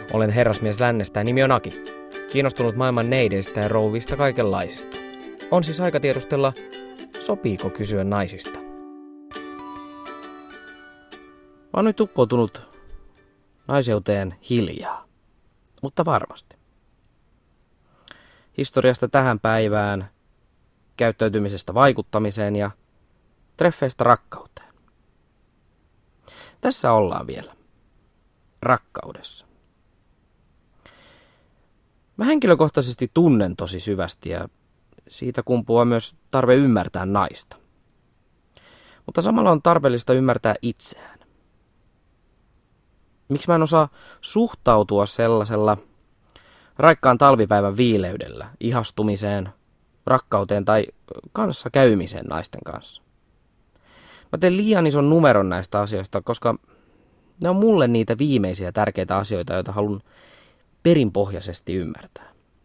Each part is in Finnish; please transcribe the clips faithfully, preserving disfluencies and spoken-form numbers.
Olen herrasmies lännestä ja nimi on Aki. Kiinnostunut maailman neideistä ja rouvista kaikenlaisista. On siis aika tiedustella, sopiiko kysyä naisista. Mä oon nyt uppoutunut naiseuteen hiljaa, mutta varmasti. Historiasta tähän päivään, käyttäytymisestä vaikuttamiseen ja treffeistä rakkauteen. Tässä ollaan vielä. Rakkaudessa. Mä henkilökohtaisesti tunnen tosi syvästi ja siitä kumpuaa myös tarve ymmärtää naista. Mutta samalla on tarpeellista ymmärtää itseään. Miksi mä en osaa suhtautua sellaisella raikkaan talvipäivän viileydellä, ihastumiseen, rakkauteen tai kanssakäymiseen naisten kanssa? Mä teen liian ison numeron näistä asioista, koska ne on mulle niitä viimeisiä tärkeitä asioita, joita haluan perinpohjaisesti ymmärtää.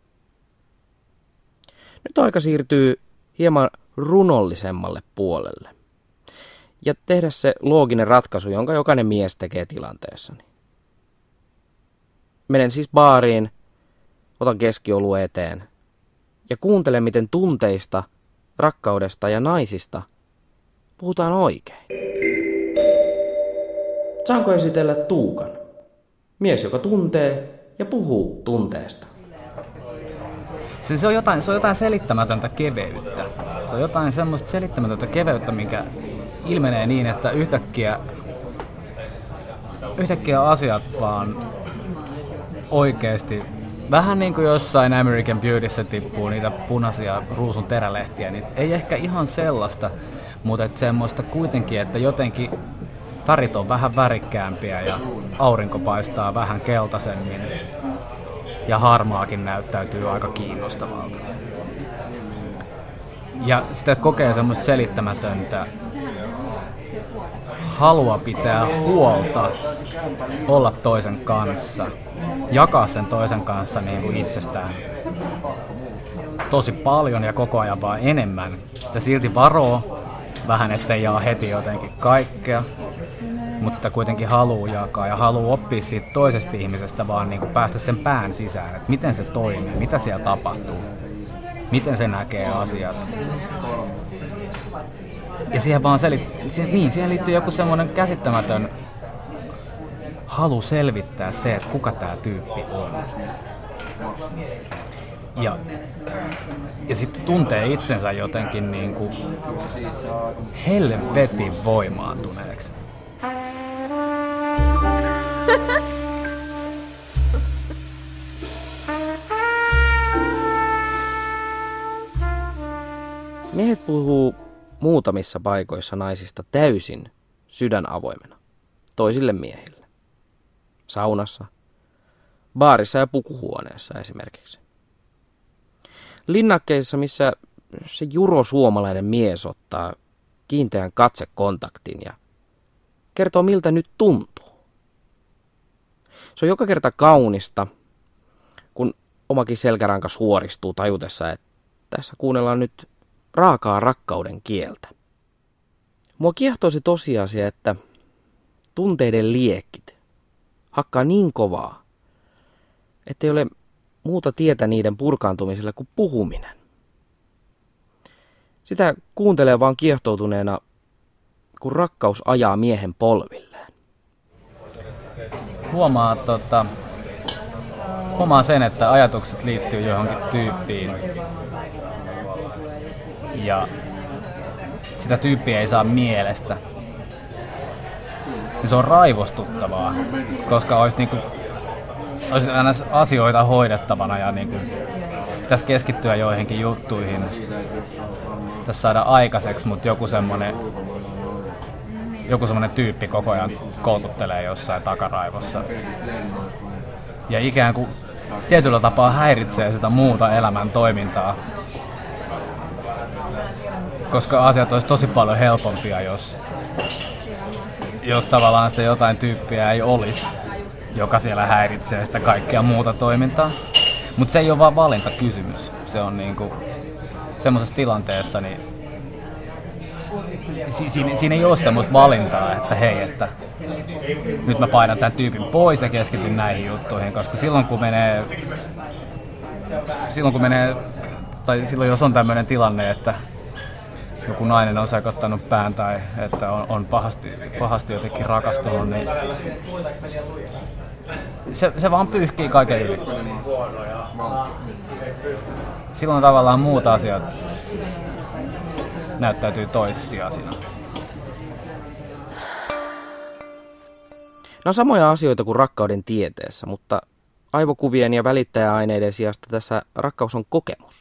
Nyt aika siirtyy hieman runollisemmalle puolelle ja tehdä se looginen ratkaisu, jonka jokainen mies tekee tilanteessani. Menen siis baariin, otan keskioluen eteen ja kuuntelen, miten tunteista, rakkaudesta ja naisista puhutaan oikein. Saanko esitellä Tuukan? Mies, joka tuntee ja puhuu tunteesta. Se, se, on jotain, se on jotain selittämätöntä keveyttä. Se on jotain semmoista selittämätöntä keveyttä, mikä ilmenee niin, että yhtäkkiä, yhtäkkiä asiat vaan oikeasti, vähän niin kuin jossain American Beautyssä tippuu niitä punaisia ruusun terälehtiä, niin ei ehkä ihan sellaista, mutta että semmoista kuitenkin, että jotenkin värit on vähän värikkäämpiä ja aurinko paistaa vähän keltaisemmin ja harmaakin näyttäytyy aika kiinnostavalta. Ja sitä kokee semmoista selittämätöntä halua pitää huolta, olla toisen kanssa, jakaa sen toisen kanssa niin kuin itsestään tosi paljon ja koko ajan vaan enemmän. Sitä silti varoo vähän, ettei jaa heti jotenkin kaikkea, mutta sitä kuitenkin haluaa jakaa ja haluaa oppia siitä toisesta ihmisestä vaan niin kuin päästä sen pään sisään, että miten se toimii, mitä siellä tapahtuu, miten se näkee asiat. Ja siihen vaan selit- siihen, niin, siihen liittyy joku semmoinen käsittämätön halu selvittää se, että kuka tää tyyppi on. Ja, ja sitten tuntee itsensä jotenkin niin kuin helvetin voimaantuneeksi. Miehet puhuu muutamissa paikoissa naisista täysin sydän avoimena toisille miehille. Saunassa, baarissa ja pukuhuoneessa esimerkiksi. Linnakkeissa, missä se jurosuomalainen mies ottaa kiinteän katsekontaktin ja kertoo, miltä nyt tuntuu. Se on joka kerta kaunista, kun omakin selkäranka suoristuu tajutessa, että tässä kuunnellaan nyt raakaa rakkauden kieltä. Mua kiehtoo se tosiasia, että tunteiden liekkit hakkaa niin kovaa, ettei ole muuta tietä niiden purkaantumiselle kuin puhuminen. Sitä kuuntelee vaan kiehtoutuneena, kun rakkaus ajaa miehen polvilleen. Huomaa, tota, huomaa sen, että ajatukset liittyy johonkin tyyppiin. Ja sitä tyyppiä ei saa mielestä. Ja se on raivostuttavaa, koska olisi, niinku, olisi aina asioita hoidettavana ja niinku, pitäisi keskittyä joihinkin juttuihin. Pitäisi saada aikaiseksi, mutta joku semmoinen joku semmoinen tyyppi koko ajan kolkuttelee jossain takaraivossa. Ja ikään kuin tietyllä tapaa häiritsee sitä muuta elämän toimintaa. Koska asiat olisi tosi paljon helpompia, jos, jos tavallaan sitä jotain tyyppiä ei olisi, joka siellä häiritsee sitä kaikkea muuta toimintaa. Mutta se ei ole vaan valintakysymys. Se on niinku semmoisessa tilanteessa, niin si, siinä, siinä ei ole semmoista valintaa, että hei, että nyt mä painan tämän tyypin pois ja keskityn näihin juttuihin, koska silloin kun menee, silloin kun menee, tai silloin jos on tämmöinen tilanne, että joku nainen on sekoittanut pään tai että on, on pahasti, pahasti jotenkin rakastunut, niin se, se vaan pyyhkii kaiken yli. Silloin tavallaan muut asiat näyttäytyy toissijaisina. Nämä on samoja asioita kuin rakkauden tieteessä, mutta aivokuvien ja välittäjäaineiden sijasta tässä rakkaus on kokemus.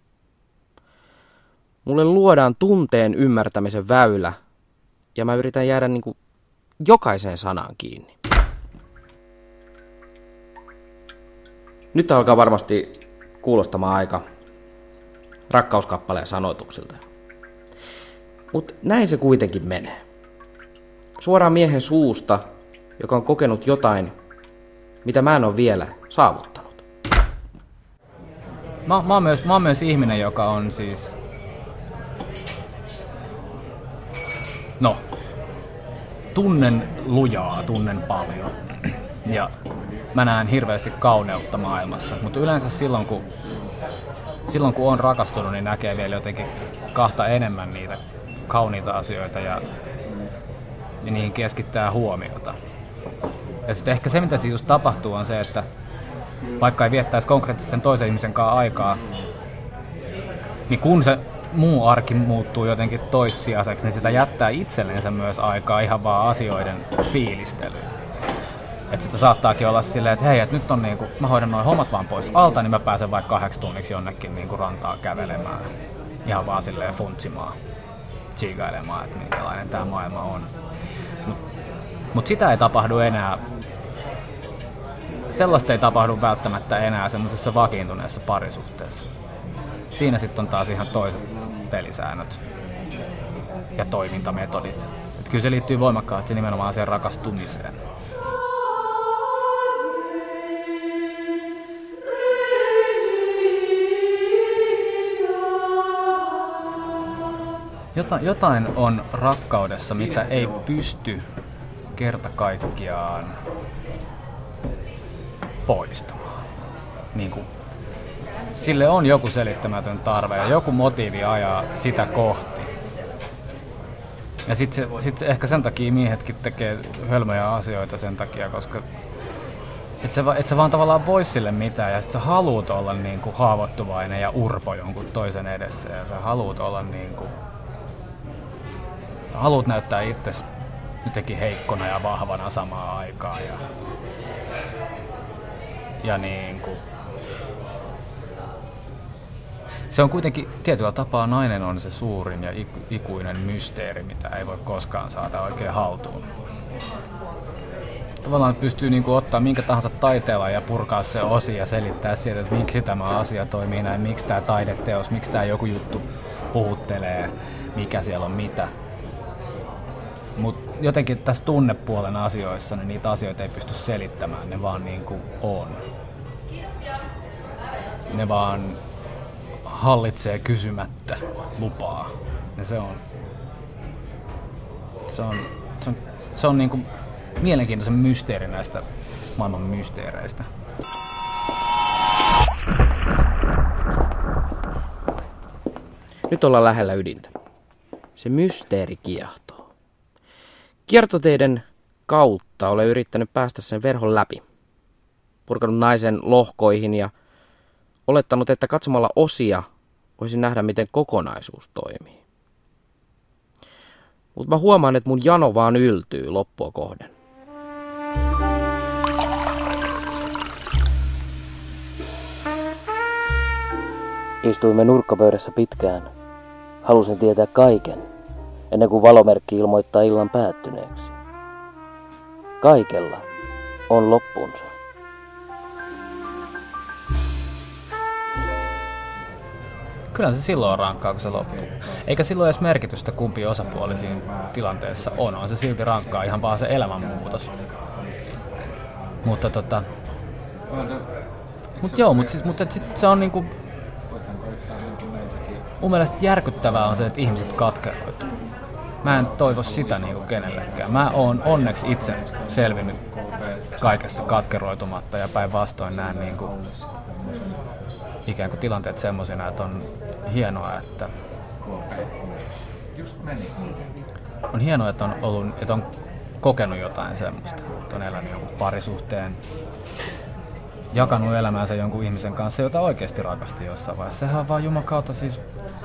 Mulle luodaan tunteen ymmärtämisen väylä ja mä yritän jäädä niin kuin jokaiseen sanaan kiinni. Nyt alkaa varmasti kuulostamaan aika rakkauskappaleen sanoituksilta. Mutta näin se kuitenkin menee. Suoraan miehen suusta, joka on kokenut jotain, mitä mä en ole vielä saavuttanut. Mä, mä, oon myös, mä oon myös ihminen, joka on siis... No, tunnen lujaa, tunnen paljon. Ja mä näen hirveästi kauneutta maailmassa, mutta yleensä silloin kun, silloin kun on rakastunut, niin näkee vielä jotenkin kahta enemmän niitä kauniita asioita ja, ja niihin keskittää huomiota. Ja sitten ehkä se, mitä siinä just tapahtuu, on se, että vaikka ei viettäisi konkreettisesti sen toisen ihmisen kanssa aikaa, niin kun se muu arki muuttuu jotenkin toissijaiseksi, niin sitä jättää itsellensä myös aikaa ihan vaan asioiden fiilistelyyn. Että sitä saattaakin olla silleen, että hei, että nyt on niinku, mä hoidan noin hommat vaan pois alta, niin mä pääsen vaikka kahdeksi tunniksi jonnekin niinku rantaa kävelemään. Ihan vaan silleen funtsimaan, tsiigailemaan, että minkälainen tää maailma on. Mut, mut sitä ei tapahdu enää. Sellaista ei tapahdu välttämättä enää semmoisessa vakiintuneessa parisuhteessa. Siinä sitten on taas ihan toiset pelisäännöt ja toimintametodit. Et kyllä se liittyy voimakkaasti nimenomaan siihen rakastumiseen. Jotain, jotain on rakkaudessa, mitä ei pysty kerta kaikkiaan poistamaan. Niin kuin sille on joku selittämätön tarve ja joku motiivi ajaa sitä kohti. Ja sitten se, sit se ehkä sen takia miehetkin tekee hölmöjä asioita sen takia, koska et sä, et sä vaan tavallaan voi sille mitään ja sit sä haluut olla niinku haavoittuvainen ja urpo jonkun toisen edessä ja sä haluut olla niinku, haluut näyttää itsesi jotenkin heikkona ja vahvana samaan aikaan ja, ja niinku se on kuitenkin tietyllä tapaa nainen on se suurin ja ikuinen mysteeri, mitä ei voi koskaan saada oikein haltuun. Tavallaan pystyy niinku ottaa minkä tahansa taiteella ja purkaa se osia ja selittää sieltä, että miksi tämä asia toimii näin, miksi tämä taideteos, miksi tämä joku juttu puhuttelee, mikä siellä on mitä. Mutta jotenkin tässä tunnepuolen asioissa niin niitä asioita ei pysty selittämään, ne vaan niinku on. Ne vaan hallitsee kysymättä lupaa. Ja se on se on se on, se on niinku mielenkiintoisen mysteeri näistä maailman mysteereistä. Nyt ollaan lähellä ydintä. Se mysteeri kiehtoo. Kiertoteiden kautta olen yrittänyt päästä sen verhon läpi. Purkanut naisen lohkoihin ja olettanut, että katsomalla osia voisin nähdä, miten kokonaisuus toimii. Mutta mä huomaan, että mun jano vaan yltyy loppua kohden. Istuimme nurkkapöydässä pitkään. Halusin tietää kaiken, ennen kuin valomerkki ilmoittaa illan päättyneeksi. Kaikella on loppunsa. Kyllä se silloin on rankkaa, kun se loppuu. Eikä silloin edes merkitystä, kumpi osapuoli siinä tilanteessa on. On se silti rankkaa, ihan vaan se elämänmuutos. Mutta tota... Mut joo, mutta mut sit se on niinku... Mun mielestä järkyttävää on se, että ihmiset katkeroituu. mä en toivo sitä niinku kenellekään. Mä oon onneksi itse selvinnyt kaikesta katkeroitumatta ja päinvastoin näen niinku ikään kuin tilanteet semmosina, että on hienoa, että on hienoa, että on ollut, että on kokenut jotain semmoista, että on elänyt jonkun parisuhteen, jakanut elämäänsä jonkun ihmisen kanssa, jota oikeasti rakasti jossain vaiheessa. Sehän on vaan Juman kautta siis...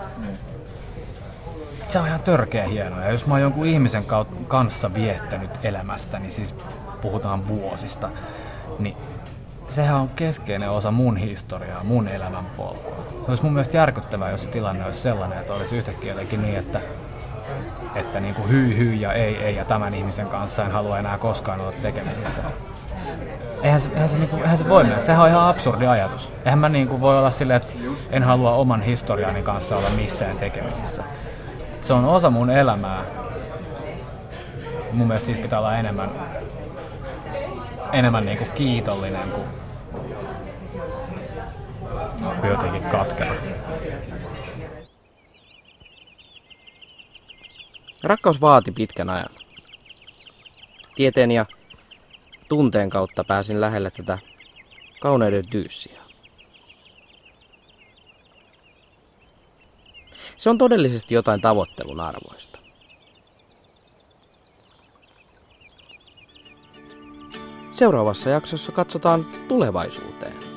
Se on ihan törkeä hienoa. Ja jos mä oon jonkun ihmisen kanssa viettänyt elämästä, niin siis puhutaan vuosista, niin sehän on keskeinen osa mun historiaa, mun elämänpolkua. Se olisi mun mielestä järkyttävää, jos se tilanne olisi sellainen, että olisi yhtäkkiä jotenkin niin, että että niin kuin hyy hyy ja ei ei ja tämän ihmisen kanssa en halua enää koskaan olla tekemisissä. Eihän se, eihän se, niin kuin, eihän se voi mennä. Sehän on ihan absurdi ajatus. Eihän mä niin kuin voi olla silleen, että en halua oman historiani kanssa olla missään tekemisissä. Se on osa mun elämää. Mun mielestä siitä pitää olla enemmän, enemmän niin kuin kiitollinen kuin, kuin jotenkin katkera. Rakkaus vaati pitkän ajan. Tieteen ja tunteen kautta pääsin lähelle tätä kauneuden dyyssiä. Se on todellisesti jotain tavoittelun arvoista. Seuraavassa jaksossa katsotaan tulevaisuuteen.